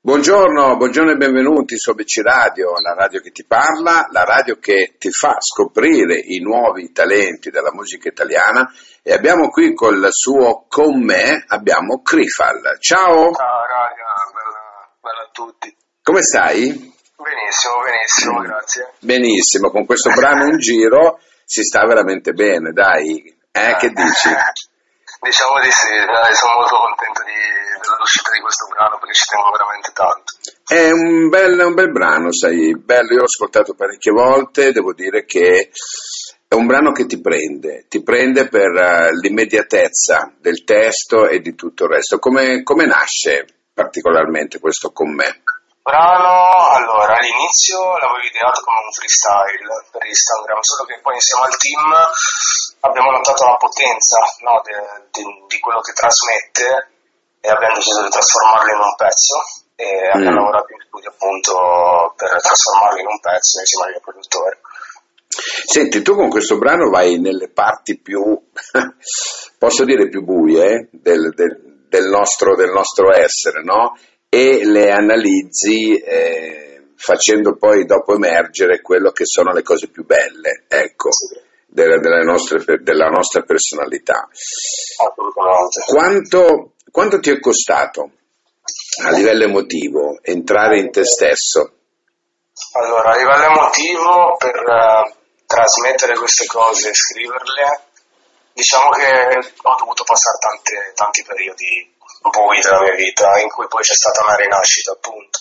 Buongiorno e benvenuti su ABC Radio, la radio che ti parla, la radio che ti fa scoprire i nuovi talenti della musica italiana, e abbiamo qui col suo Con me, abbiamo Crifal. Ciao! Ciao raga, bella a tutti. Come stai? Benissimo, grazie. Benissimo, con questo brano in giro si sta veramente bene, dai. Che dici? Diciamo di sì, dai, sono molto contento dell'uscita di questo brano perché ci tengo veramente tanto. È un bel brano, sai, bello, io l'ho ascoltato parecchie volte, devo dire che è un brano che ti prende per l'immediatezza del testo e di tutto il resto. Come nasce particolarmente questo Con me? Brano, allora, all'inizio l'avevo ideato come un freestyle per Instagram, solo che poi insieme al team abbiamo notato la potenza, no, di quello che trasmette e abbiamo deciso di trasformarlo in un pezzo e abbiamo lavorato in studio appunto per trasformarlo in un pezzo insieme al mio produttore. Senti, tu con questo brano vai nelle parti più, posso dire più buie del nostro essere, no? E le analizzi facendo poi dopo emergere quello che sono le cose più belle, ecco, della nostra personalità. Assolutamente. Quanto ti è costato a livello emotivo entrare in te stesso? Allora, a livello emotivo, per trasmettere queste cose e scriverle, diciamo che ho dovuto passare tanti periodi bui della mia vita, in cui poi c'è stata una rinascita, appunto.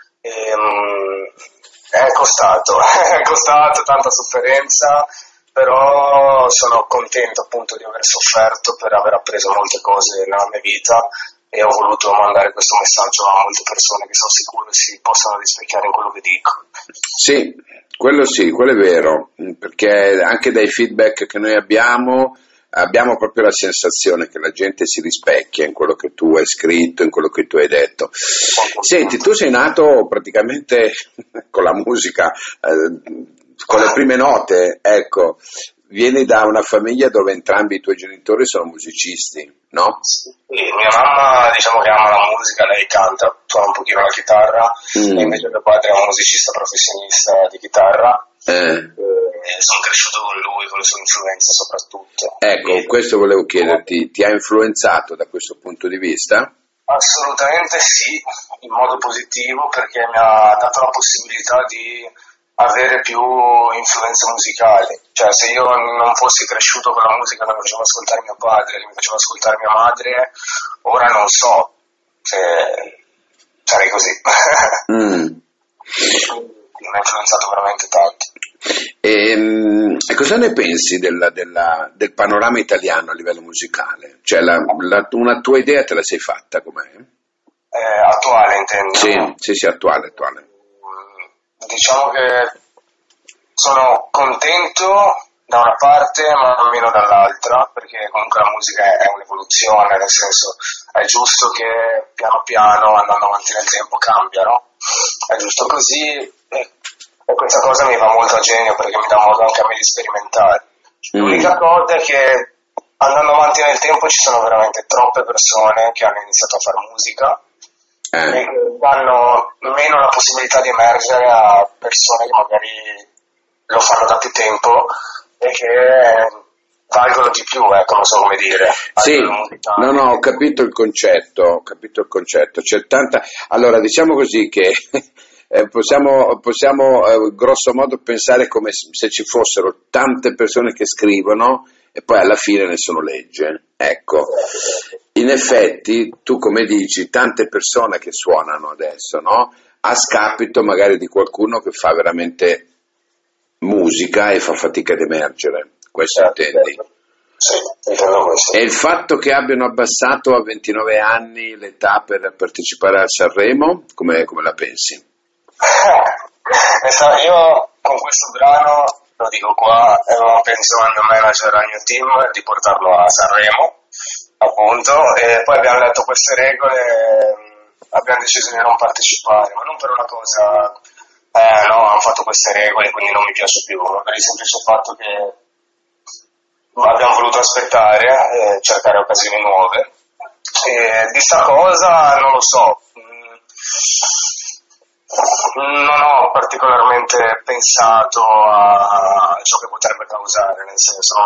È costato tanta sofferenza, però sono contento appunto di aver sofferto per aver appreso molte cose nella mia vita e ho voluto mandare questo messaggio a molte persone che sono sicuro si possano rispecchiare in quello che dico. Sì, quello è vero, perché anche dai feedback che noi abbiamo proprio la sensazione che la gente si rispecchia in quello che tu hai scritto, in quello che tu hai detto. Senti, tu sei nato praticamente con la musica, con le prime note, ecco, vieni da una famiglia dove entrambi i tuoi genitori sono musicisti, no? Sì, mia mamma diciamo che ama la musica, lei canta, suona un pochino la chitarra, e invece mio padre è un musicista professionista di chitarra. Sono cresciuto con lui, con le sue influenze soprattutto. Ecco, questo volevo chiederti, ti ha influenzato da questo punto di vista? Assolutamente sì, in modo positivo, perché mi ha dato la possibilità di avere più influenze musicali. Cioè, se io non fossi cresciuto con la musica che mi faceva ascoltare mio padre, che mi faceva ascoltare mia madre, ora non so se sarei così. Mi ha influenzato veramente tanto. E cosa ne pensi del panorama italiano a livello musicale? Cioè una tua idea te la sei fatta com'è? Attuale intendo? Sì, attuale. Diciamo che sono contento da una parte ma meno dall'altra, perché comunque la musica è un'evoluzione, nel senso è giusto che piano piano, andando avanti nel tempo, cambia, no? È giusto così. E questa cosa mi va molto a genio perché mi dà modo anche a me di sperimentare. L'unica cosa è che andando avanti nel tempo ci sono veramente troppe persone che hanno iniziato a fare musica e che danno meno la possibilità di emergere a persone che magari lo fanno da più tempo e che valgono di più, non so come dire. Sì, no, ho capito il concetto. C'è tanta. Allora, diciamo così che possiamo grosso modo pensare come se ci fossero tante persone che scrivono e poi alla fine nessuno legge. Ecco, in effetti tu come dici, tante persone che suonano adesso, no? A scapito magari di qualcuno che fa veramente musica e fa fatica ad emergere, questo intendi? Sì, intendo questo. E il fatto che abbiano abbassato a 29 anni l'età per partecipare a Sanremo, come la pensi? Io con questo brano, lo dico qua, penso al mio manager, al mio team, di portarlo a Sanremo, appunto, e poi abbiamo letto queste regole, abbiamo deciso di non partecipare, ma non per una cosa, no, hanno fatto queste regole, quindi non mi piace più, ma per il semplice fatto che abbiamo voluto aspettare e cercare occasioni nuove. E di sta cosa non lo so. non ho particolarmente pensato a ciò che potrebbe causare, nel senso,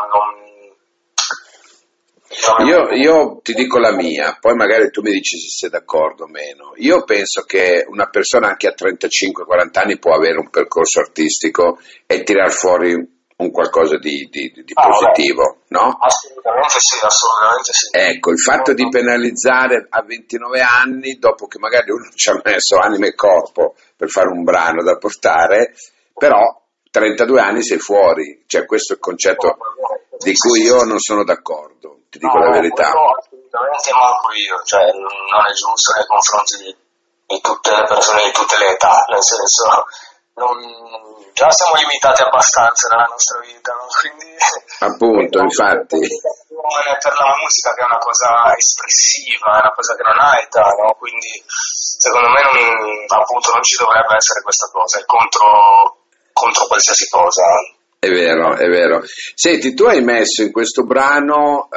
Io ti dico la mia, poi magari tu mi dici se sei d'accordo o meno. Io penso che una persona anche a 35-40 anni può avere un percorso artistico e tirar fuori un qualcosa di positivo, no? Assolutamente sì, assolutamente sì. Ecco, il fatto di penalizzare a 29 anni, dopo che magari uno ci ha messo anima e corpo per fare un brano da portare, però 32 anni sei fuori, cioè questo è il concetto di cui io non sono d'accordo, ti dico la verità. Assolutamente manco io, cioè non è giusto nei confronti di tutte le persone di tutte le età, nel senso già siamo limitati abbastanza nella nostra vita, no? Quindi appunto, infatti per la musica, che è una cosa espressiva, è una cosa che non ha età, no? Quindi secondo me appunto non ci dovrebbe essere questa cosa, è contro qualsiasi cosa. È vero, è vero. Senti, tu hai messo in questo brano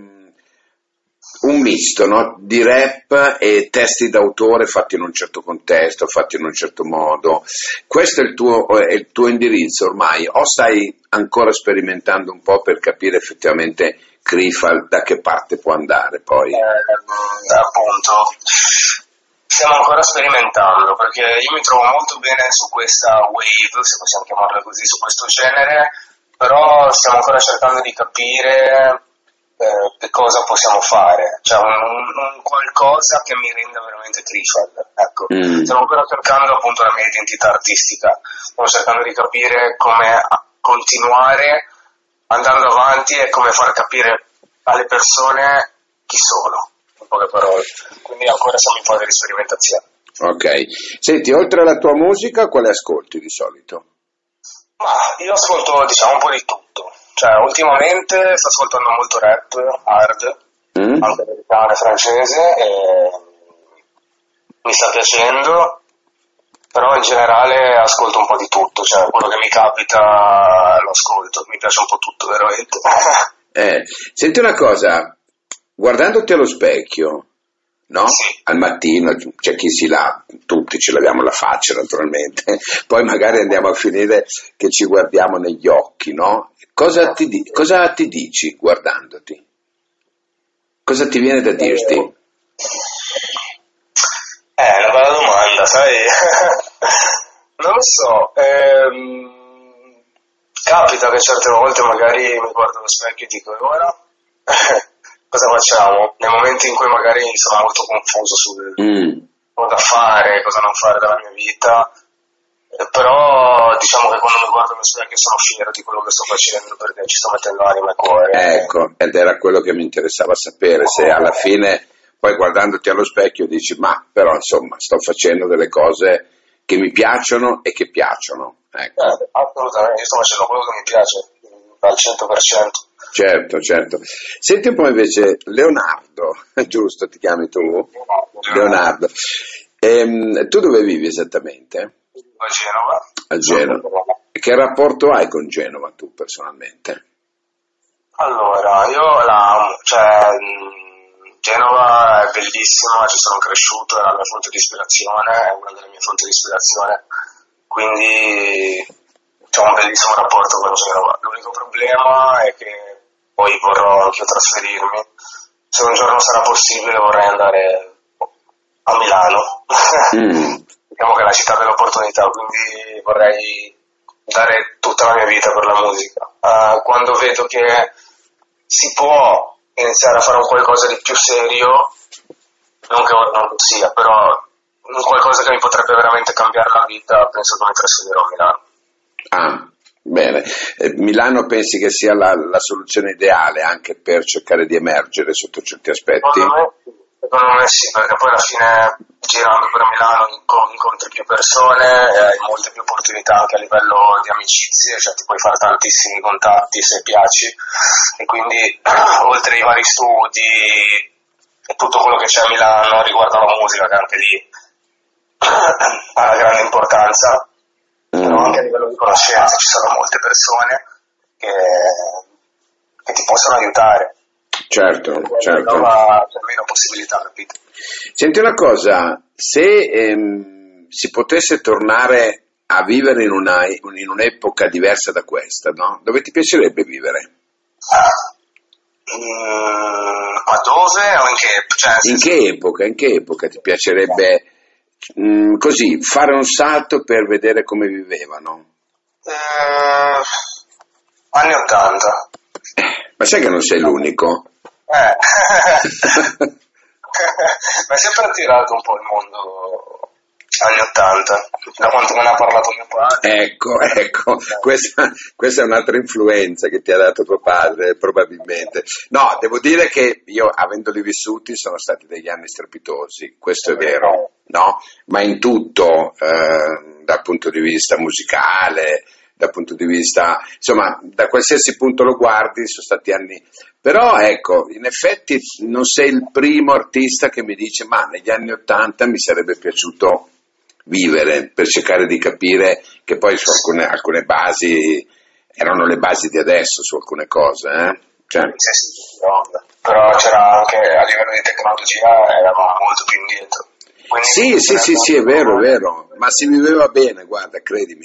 un misto, no? Di rap e testi d'autore fatti in un certo contesto, fatti in un certo modo. Questo è il tuo indirizzo ormai, o stai ancora sperimentando un po' per capire effettivamente Krifal da che parte può andare poi? Appunto, stiamo ancora sperimentando, perché io mi trovo molto bene su questa wave, se possiamo chiamarla così, su questo genere, però stiamo ancora cercando di capire che cosa possiamo fare, cioè un qualcosa che mi renda veramente Krifal, ecco. Stiamo ancora cercando appunto la mia identità artistica, stiamo cercando di capire come continuare andando avanti e come far capire alle persone chi sono, in poche parole, quindi ancora siamo in fase di sperimentazione. Ok, senti, oltre alla tua musica quale ascolti di solito? Ma io ascolto, diciamo, un po' di tutto. Cioè, ultimamente sto ascoltando molto rap, hard, anche americano e francese, e mi sta piacendo, però in generale ascolto un po' di tutto, cioè quello che mi capita lo ascolto, mi piace un po' tutto, veramente. Senti una cosa, guardandoti allo specchio, no? Sì. Al mattino c'è chi si lava, tutti ci laviamo la faccia naturalmente, poi magari andiamo a finire che ci guardiamo negli occhi, no? Cosa ti dici guardandoti? Cosa ti viene da dirti? È una bella domanda, sai? Non lo so, capita che certe volte magari mi guardo allo specchio e dico, e ora? Cosa facciamo? Nei momenti in cui magari sono molto confuso su cosa fare, cosa non fare della mia vita, però diciamo che quando mi guardo allo specchio sono fiero di quello che sto facendo, perché ci sto mettendo anima e cuore. Ecco, ed era quello che mi interessava sapere, se alla fine poi guardandoti allo specchio dici, ma però insomma sto facendo delle cose che mi piacciono e che piacciono. Ecco. Assolutamente, io sto facendo quello che mi piace al 100%. Certo. Senti un po' invece, Leonardo, giusto, ti chiami tu? Leonardo. Tu dove vivi esattamente? A Genova. A Genova. Che rapporto hai con Genova tu personalmente? Allora, Genova è bellissima, ci sono cresciuto, è la mia fonte di ispirazione, è una delle mie fonti di ispirazione, quindi c'ho un bellissimo rapporto con Genova. L'unico problema è che poi vorrò anche io trasferirmi. Se un giorno sarà possibile vorrei andare a Milano. Diciamo che è la città dell'opportunità, quindi vorrei dare tutta la mia vita per la musica. Quando vedo che si può iniziare a fare un qualcosa di più serio, non che ora non lo sia, però un qualcosa che mi potrebbe veramente cambiare la vita, penso che mi trasferirò a Milano. Ah, bene. Milano pensi che sia la soluzione ideale anche per cercare di emergere sotto certi aspetti? Secondo me sì, perché poi alla fine girando per Milano incontri più persone, hai molte più opportunità anche a livello di amicizie, cioè ti puoi fare tantissimi contatti se piaci, e quindi oltre ai vari studi e tutto quello che c'è a Milano riguardo alla musica, che anche lì ha una grande importanza, però anche a livello di conoscenza ci sono molte persone che ti possono aiutare. Certo. C'è meno possibilità, capito? Senti una cosa, se si potesse tornare a vivere in un'epoca diversa da questa, no? Dove ti piacerebbe vivere? Ma dove o in che? Cioè, In che epoca ti piacerebbe così fare un salto per vedere come vivevano? Anni 80. Ma sai che non sei l'unico? Mi è sempre attirato un po' il mondo anni 80, da quanto me ne ha parlato mio padre. Ecco, questa è un'altra influenza che ti ha dato tuo padre, probabilmente. No, devo dire che io, avendoli vissuti, sono stati degli anni strepitosi, questo è vero, no? Ma in tutto, dal punto di vista musicale, dal punto di vista, insomma, da qualsiasi punto lo guardi, sono stati anni. Però ecco, in effetti non sei il primo artista che mi dice ma negli anni 80 mi sarebbe piaciuto vivere, per cercare di capire che poi su alcune basi erano le basi di adesso su alcune cose, Cioè. Sì, no, però c'era anche a livello di tecnologia eravamo molto più indietro. Quindi Sì, è vero, ma si viveva bene, guarda, credimi.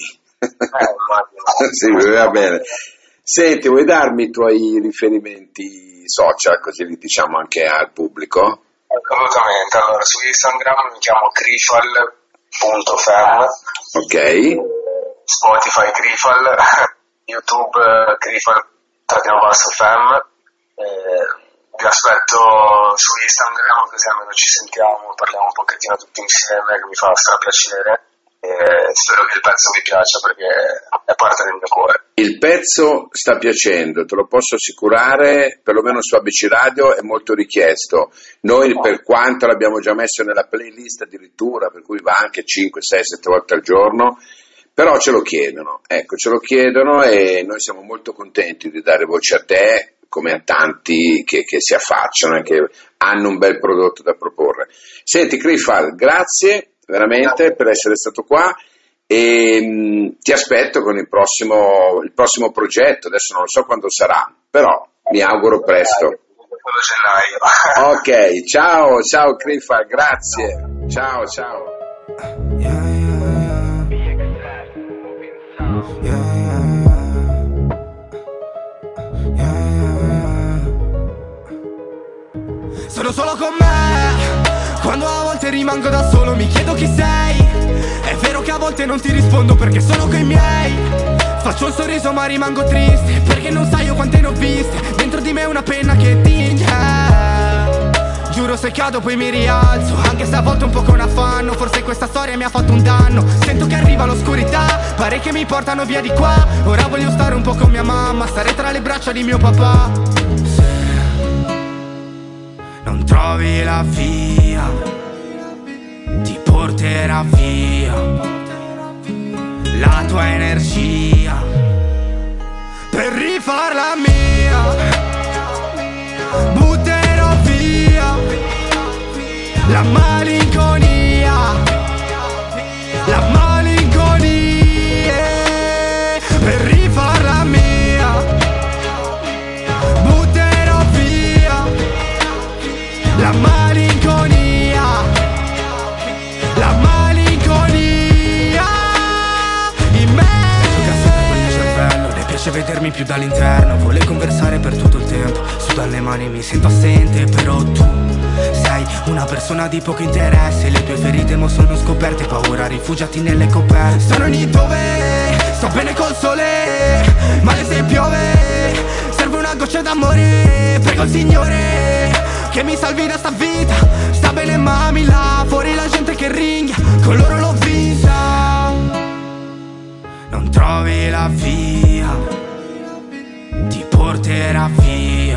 Si viveva bene. Senti, vuoi darmi i tuoi riferimenti social, così li diciamo anche al pubblico? Assolutamente, allora su Instagram mi chiamo Crifal.fem, ok, Spotify Crifal, YouTube Crifal_fem, vi aspetto su Instagram così almeno ci sentiamo, parliamo un pochettino tutti insieme che mi fa strapiacere. Spero che il pezzo vi piaccia perché è parte del mio cuore. Il pezzo sta piacendo, te lo posso assicurare, perlomeno su ABC Radio è molto richiesto. Noi per quanto l'abbiamo già messo nella playlist addirittura, per cui va anche 5, 6, 7 volte al giorno, però ce lo chiedono e noi siamo molto contenti di dare voce a te come a tanti che si affacciano e che hanno un bel prodotto da proporre. Senti Crifal, grazie veramente per essere stato qua e ti aspetto con il prossimo progetto, adesso non lo so quando sarà, però mi auguro presto. Gennaio. Ok, ciao Crifal, grazie, ciao. Sono solo con me, quando a volte rimango da solo mi chiedo chi sei. È vero che a volte non ti rispondo perché sono coi miei. Faccio un sorriso ma rimango triste perché non sai io quante ne ho viste. Dentro di me una penna che tinge. Giuro se cado poi mi rialzo, anche se a volte un po' con affanno. Forse questa storia mi ha fatto un danno. Sento che arriva l'oscurità, pare che mi portano via di qua. Ora voglio stare un po' con mia mamma, stare tra le braccia di mio papà. Non trovi la via, ti porterà via la tua energia per rifarla mia. Butterò via la malinconia, la malinconia per rifarla mia. Butterò via la malinconia, la malinconia in me. Gioca sempre con il cervello, le piace vedermi più dall'interno. Vuole conversare per tutto il tempo, su dalle mani mi sento assente. Però tu sei una persona di poco interesse, le tue ferite mo sono scoperte. Paura, rifugiati nelle coperte. Sono lì dove sto bene col sole, male se piove. Serve una goccia d'amore, prego il Signore che mi salvi da sta vita. Sta bene mami là, fuori la gente che ringhia, con loro l'ho vista. Non trovi la via, ti porterà via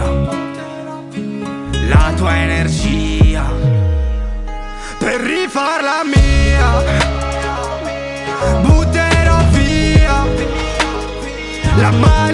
la tua energia per rifarla mia. Butterò via la mano